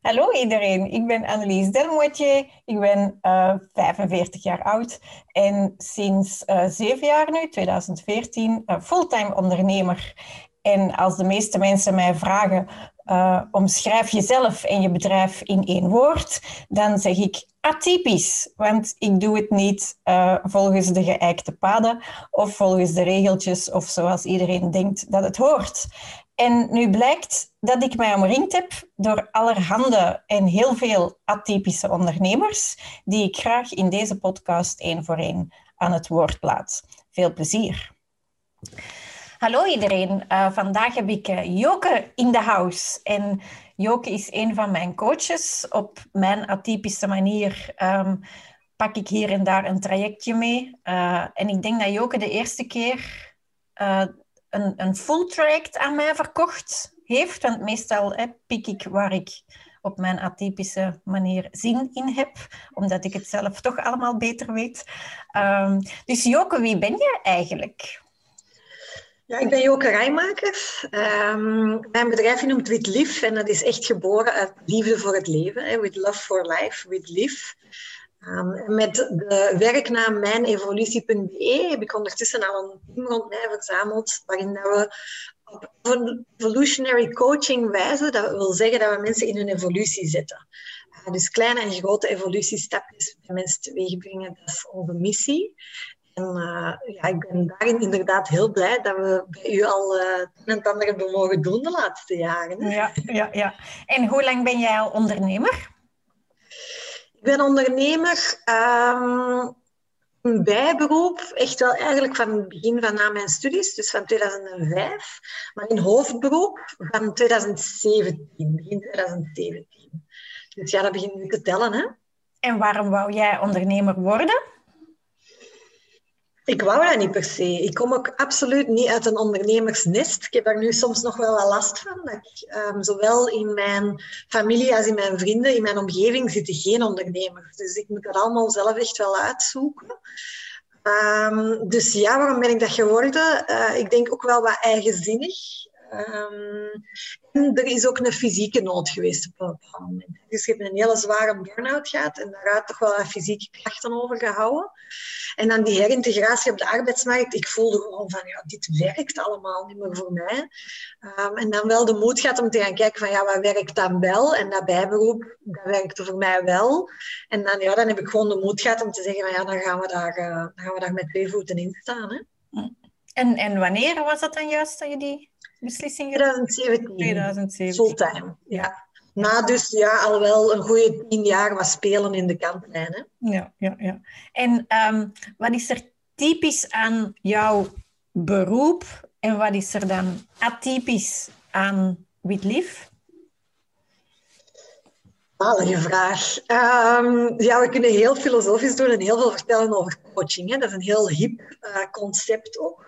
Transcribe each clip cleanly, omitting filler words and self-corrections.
Hallo iedereen, ik ben Annelies Delmoitier, ik ben 45 jaar oud en sinds 7 jaar nu, 2014, fulltime ondernemer. En als de meeste mensen mij vragen, omschrijf jezelf en je bedrijf in 1 woord, dan zeg ik atypisch, want ik doe het niet volgens de geëikte paden of volgens de regeltjes of zoals iedereen denkt dat het hoort. En nu blijkt dat ik mij omringd heb door allerhande en heel veel atypische ondernemers, die ik graag in deze podcast 1 voor 1 aan het woord laat. Veel plezier. Hallo iedereen, vandaag heb ik Joke in de house. En Joke is een van mijn coaches. Op mijn atypische manier pak ik hier en daar een trajectje mee. En ik denk dat Joke de eerste keer een full traject aan mij verkocht heeft. Want meestal pik ik waar ik op mijn atypische manier zin in heb. Omdat ik het zelf toch allemaal beter weet. Dus Joke, wie ben jij eigenlijk? Ja, ik ben Joke Rijmakers. Mijn bedrijf noemt With Live en dat is echt geboren uit liefde voor het leven. With Love for Life, With Live. Met de werknaam mijnevolutie.be heb ik ondertussen al een team rond mij verzameld, waarin dat we op evolutionary coaching wijzen. Dat wil zeggen dat we mensen in hun evolutie zetten. Dus kleine en grote evolutiestapjes bij mensen teweeg brengen, dat is onze missie. En ik ben daarin inderdaad heel blij dat we bij u al het een en ander hebben mogen doen de laatste jaren. Hè? Ja. En hoe lang ben jij al ondernemer? Ik ben ondernemer in bijberoep, echt wel eigenlijk van het begin van na mijn studies, dus van 2005, maar in hoofdberoep van 2017, begin 2017. Dus ja, dat begint nu te tellen, hè. En waarom wou jij ondernemer worden? Ik wou dat niet per se. Ik kom ook absoluut niet uit een ondernemersnest. Ik heb daar nu soms nog wel wat last van. Dat ik, zowel in mijn familie als in mijn vrienden, in mijn omgeving, zitten geen ondernemers. Dus ik moet dat allemaal zelf echt wel uitzoeken. Dus ja, waarom ben ik dat geworden? Ik denk ook wel wat eigenzinnig. En er is ook een fysieke nood geweest op een bepaald moment. Dus ik heb een hele zware burn-out gehad en daaruit toch wel wat fysieke klachten overgehouden. En dan die herintegratie op de arbeidsmarkt, ik voelde gewoon van, ja, dit werkt allemaal niet meer voor mij. En dan wel de moed gehad om te gaan kijken van, ja, wat werkt dan wel? En dat bijberoep, dat werkte voor mij wel. En dan heb ik gewoon de moed gehad om te zeggen, van, ja, dan gaan we daar met 2 voeten in staan. Hè? En wanneer was dat dan juist dat je die beslissing hebt? 2017. Fulltime, ja. Na dus al wel een goede 10 jaar was spelen in de kantlijn. Hè? Ja. En wat is er typisch aan jouw beroep en wat is er dan atypisch aan With Live? Zalige vraag. We kunnen heel filosofisch doen en heel veel vertellen over coaching. Hè? Dat is een heel hip concept ook.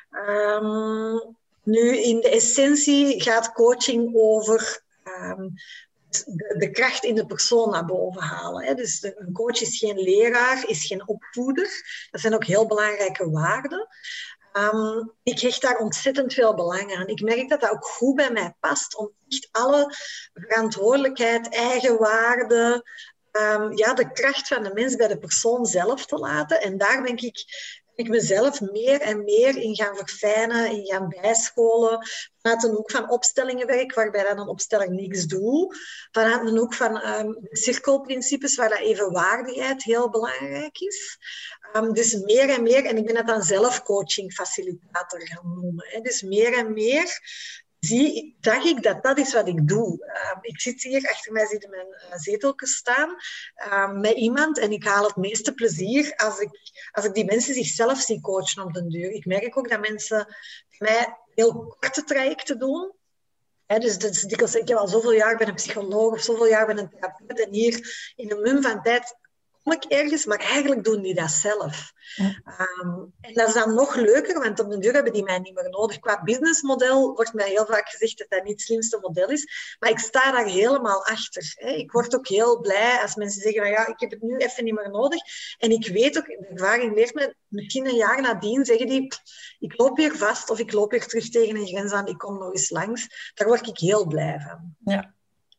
Nu, in de essentie gaat coaching over de kracht in de persoon naar boven halen. Hè. Dus een coach is geen leraar, is geen opvoeder. Dat zijn ook heel belangrijke waarden. Ik hecht daar ontzettend veel belang aan. Ik merk dat dat ook goed bij mij past, om echt alle verantwoordelijkheid, eigenwaarde, de kracht van de mens bij de persoon zelf te laten. En daar denk ik mezelf meer en meer in gaan verfijnen, in gaan bijscholen. Vanuit een hoek van opstellingenwerk, waarbij dan een opstelling niks doet. Vanuit een hoek van de cirkelprincipes, waar dat evenwaardigheid heel belangrijk is. Dus meer en meer, en ik ben dat dan zelf coaching-facilitator gaan noemen. Hè. Dus meer en meer zag ik dat is wat ik doe. Ik zit hier, achter mij zie je mijn zeteltje staan, met iemand en ik haal het meeste plezier als ik die mensen zichzelf zie coachen op den duur. Ik merk ook dat mensen bij mij heel korte trajecten doen. Dus dat is dikwijls, ik heb al zoveel jaar bij een psycholoog of zoveel jaar bij een therapeut en hier in een mum van tijd kom ik ergens, maar eigenlijk doen die dat zelf. En dat is dan nog leuker, want op den duur hebben die mij niet meer nodig. Qua businessmodel wordt mij heel vaak gezegd dat dat niet het slimste model is, maar ik sta daar helemaal achter. Ik word ook heel blij als mensen zeggen van, ja, ik heb het nu even niet meer nodig. En ik weet ook, de ervaring leert me, misschien een jaar nadien zeggen die, ik loop hier vast of ik loop hier terug tegen een grens aan, ik kom nog eens langs. Daar word ik heel blij van. Ja.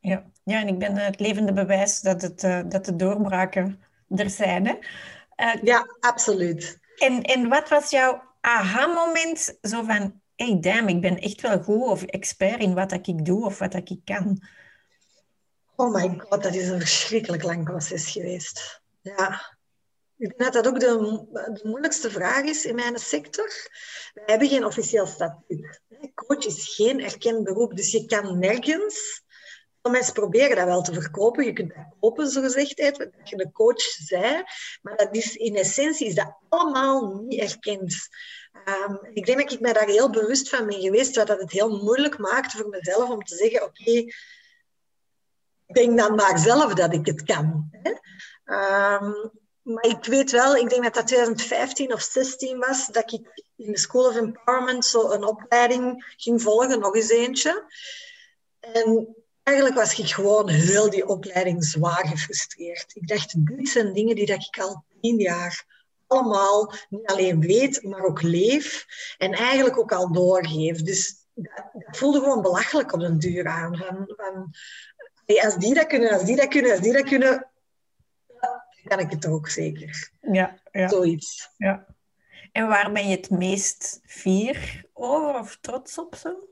Ja, en ik ben het levende bewijs dat de doorbraken er zijn. Hè? Ja, absoluut. En wat was jouw aha-moment? Zo van, hey, damn, ik ben echt wel goed of expert in wat dat ik doe of wat dat ik kan. Oh my god, dat is een verschrikkelijk lang proces geweest. Ja, ik denk dat dat ook de moeilijkste vraag is in mijn sector. We hebben geen officieel statuut. Coach is geen erkend beroep, dus je kan nergens. Mensen proberen dat wel te verkopen. Je kunt dat kopen, zo gezegd, dat je een coach zei. Maar dat is, in essentie is dat allemaal niet erkend. Ik denk dat ik mij daar heel bewust van ben geweest, wat dat het heel moeilijk maakt voor mezelf om te zeggen, oké, ik denk dan maar zelf dat ik het kan. Hè? Maar ik weet wel, ik denk dat dat 2015 of 2016 was, dat ik in de School of Empowerment zo een opleiding ging volgen, nog eens eentje. En eigenlijk was ik gewoon heel die opleiding zwaar gefrustreerd. Ik dacht, dit zijn dingen die dat ik al 10 jaar allemaal niet alleen weet, maar ook leef. En eigenlijk ook al doorgeef. Dus dat voelde gewoon belachelijk op den duur aan. Van, hey, als die dat kunnen, als die dat kunnen, als die dat kunnen, dan kan ik het ook zeker. Ja. Zoiets. Ja. En waar ben je het meest fier over of trots op zo?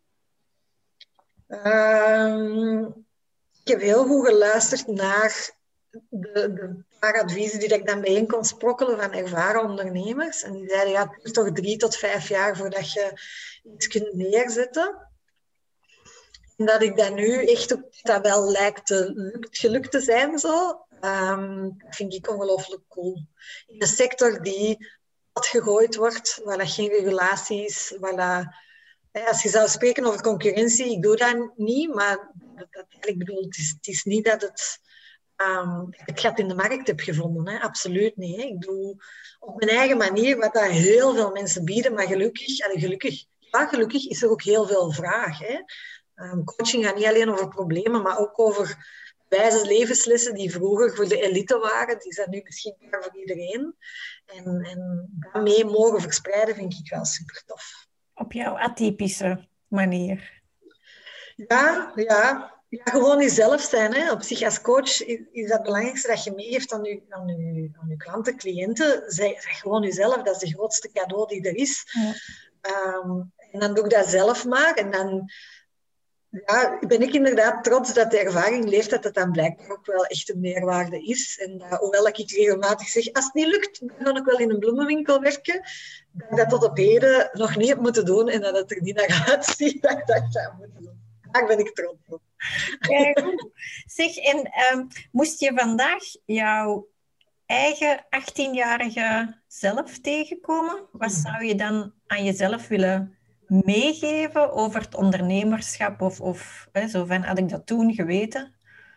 Ik heb heel goed geluisterd naar de paar adviezen die ik dan bijeen kon sprokkelen van ervaren ondernemers. En die zeiden, ja, het duurt toch 3 tot 5 jaar voordat je iets kunt neerzetten. En dat ik dat nu echt ook, dat wel lijkt gelukt te zijn zo, dat vind ik ongelooflijk cool. In een sector die plat gegooid wordt, waar dat geen regulatie is, waar dat... Als je zou spreken over concurrentie, ik doe dat niet, maar ik bedoel, het is niet dat ik het gat in de markt heb gevonden. Hè? Absoluut niet. Hè? Ik doe op mijn eigen manier wat dat heel veel mensen bieden, maar gelukkig is er ook heel veel vraag. Hè? Coaching gaat niet alleen over problemen, maar ook over wijze levenslessen die vroeger voor de elite waren. Die zijn nu beschikbaar voor iedereen. En daarmee mogen verspreiden vind ik wel super tof. Op jouw atypische manier. Ja, gewoon jezelf zijn. Hè. Op zich als coach is dat het belangrijkste dat je meegeeft aan je klanten, cliënten. Zeg gewoon jezelf, dat is de grootste cadeau die er is. Ja. En dan doe ik dat zelf maar. En dan ben ik inderdaad trots dat de ervaring leert dat het dan blijkbaar ook wel echt een meerwaarde is. En hoewel ik regelmatig zeg, als het niet lukt, dan ga ik wel in een bloemenwinkel werken. Dat ik dat tot op heden nog niet heb moeten doen en dat het er niet naar uitziet dat ik dat zou moeten doen. Daar ben ik trots op. Ja, goed. Zeg, en moest je vandaag jouw eigen 18-jarige zelf tegenkomen? Wat zou je dan aan jezelf willen meegeven over het ondernemerschap? Of zo van, had ik dat toen geweten?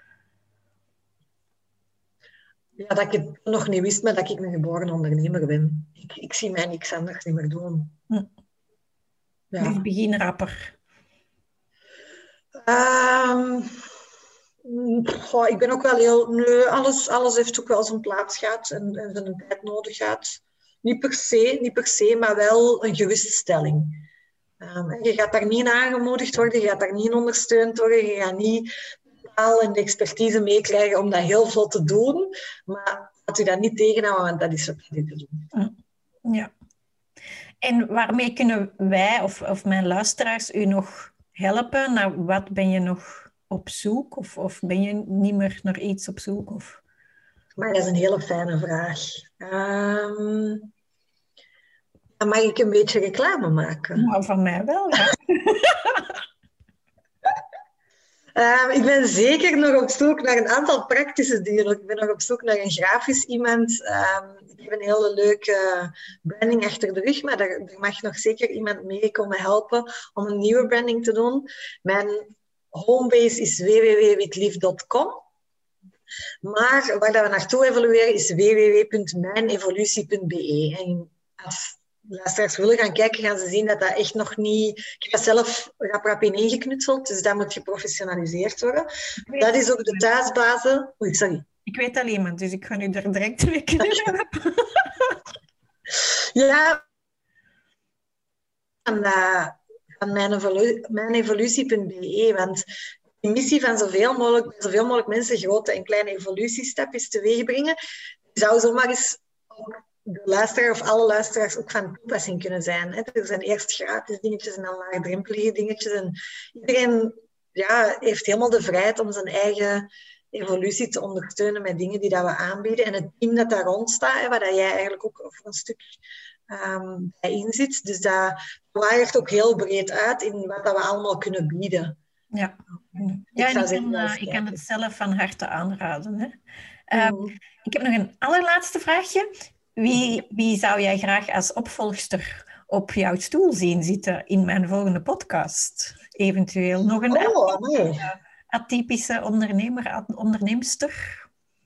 Ja, dat ik het nog niet wist, maar dat ik een geboren ondernemer ben. Ik zie mij niks anders niet meer doen. Ja. Dus begin rapper. Ik ben ook wel heel... Nee, alles heeft ook wel zijn plaats gehad en zijn tijd nodig gehad. Niet per se, maar wel een geruststelling. Je gaat daar niet in aangemoedigd worden, je gaat daar niet in ondersteund worden, je gaat niet de taal en de expertise meekrijgen om dat heel vlot te doen. Maar laat u dat niet tegenhouden, want dat is wat je te doen. Ja. En waarmee kunnen wij of mijn luisteraars u nog helpen? Naar wat ben je nog op zoek? Of ben je niet meer naar iets op zoek? Of... Maar dat is een hele fijne vraag. Dan mag ik een beetje reclame maken? Nou, van mij wel, ja. Ik ben zeker nog op zoek naar een aantal praktische dingen. Ik ben nog op zoek naar een grafisch iemand. Ik heb een hele leuke branding achter de rug, maar er mag nog zeker iemand mee komen helpen om een nieuwe branding te doen. Mijn homebase is www.witlief.com. Maar waar we naartoe evolueren is www.mijnevolutie.be. En als luisteraars willen gaan kijken, gaan ze zien dat dat echt nog niet... Ik heb dat zelf rap ineengeknutseld, dus dat moet geprofessionaliseerd worden. Dat is ook de thuisbasis... Oei, sorry. Ik weet al iemand, dus ik ga nu er direct mee knippen. Ja, van mijnevolutie.be, want die missie van zoveel mogelijk mensen grote en kleine evolutiestapjes teweeg brengen, zou zomaar eens de luisteraar of alle luisteraars ook van toepassing kunnen zijn. Hè. Er zijn eerst gratis dingetjes en dan laagdrempelige dingetjes. En iedereen heeft helemaal de vrijheid om zijn eigen evolutie te ondersteunen met dingen die dat we aanbieden. En het team dat daar rond staat, waar dat jij eigenlijk ook voor een stuk bij in zit. Dus dat waaiert ook heel breed uit in wat dat we allemaal kunnen bieden. Ja, ik kan het zelf van harte aanraden. Hè? Ik heb nog een allerlaatste vraagje. Wie zou jij graag als opvolgster op jouw stoel zien zitten in mijn volgende podcast? Eventueel nog een atypische onderneemster?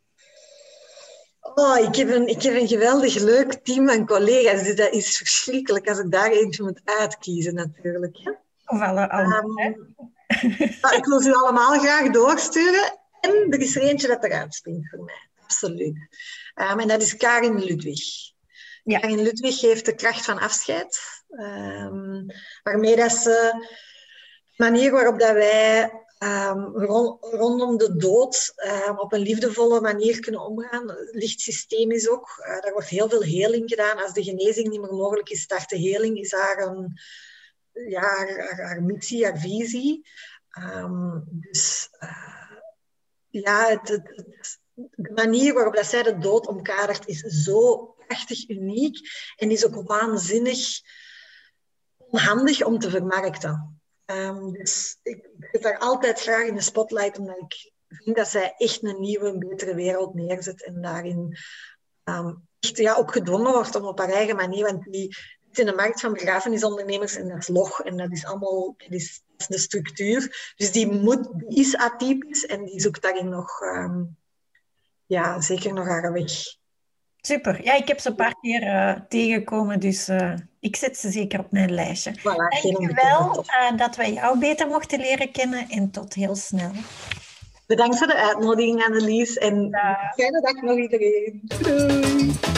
Ik heb een geweldig leuk team van collega's. Dus dat is verschrikkelijk als ik daar eentje moet uitkiezen natuurlijk. Hè? Of alle ik wil ze allemaal graag doorsturen. En er is er eentje dat eruit springt voor mij. Absoluut. En dat is Karin Ludwig. Ja. Karin Ludwig heeft de kracht van afscheid. Waarmee dat ze de manier waarop dat wij rondom de dood op een liefdevolle manier kunnen omgaan. Ligt systemisch ook. Daar wordt heel veel heling gedaan. Als de genezing niet meer mogelijk is, start de heling. Is haar missie, haar visie. De manier waarop dat zij de dood omkadert is zo prachtig uniek en is ook waanzinnig onhandig om te vermarkten. Dus ik zet daar altijd graag in de spotlight, omdat ik vind dat zij echt een nieuwe, betere wereld neerzet en daarin echt ook gedwongen wordt om op haar eigen manier, want die zit in de markt van begrafenisondernemers en dat is log en dat is allemaal dat is de structuur. Dus die is atypisch en die zoekt daarin nog zeker nog haar weg. Super. Ja, ik heb ze een paar keer tegengekomen, dus ik zet ze zeker op mijn lijstje. Voilà, dankjewel dat wij jou beter mochten leren kennen en tot heel snel. Bedankt voor de uitnodiging, Annelies. En fijne dag nog iedereen. Doei!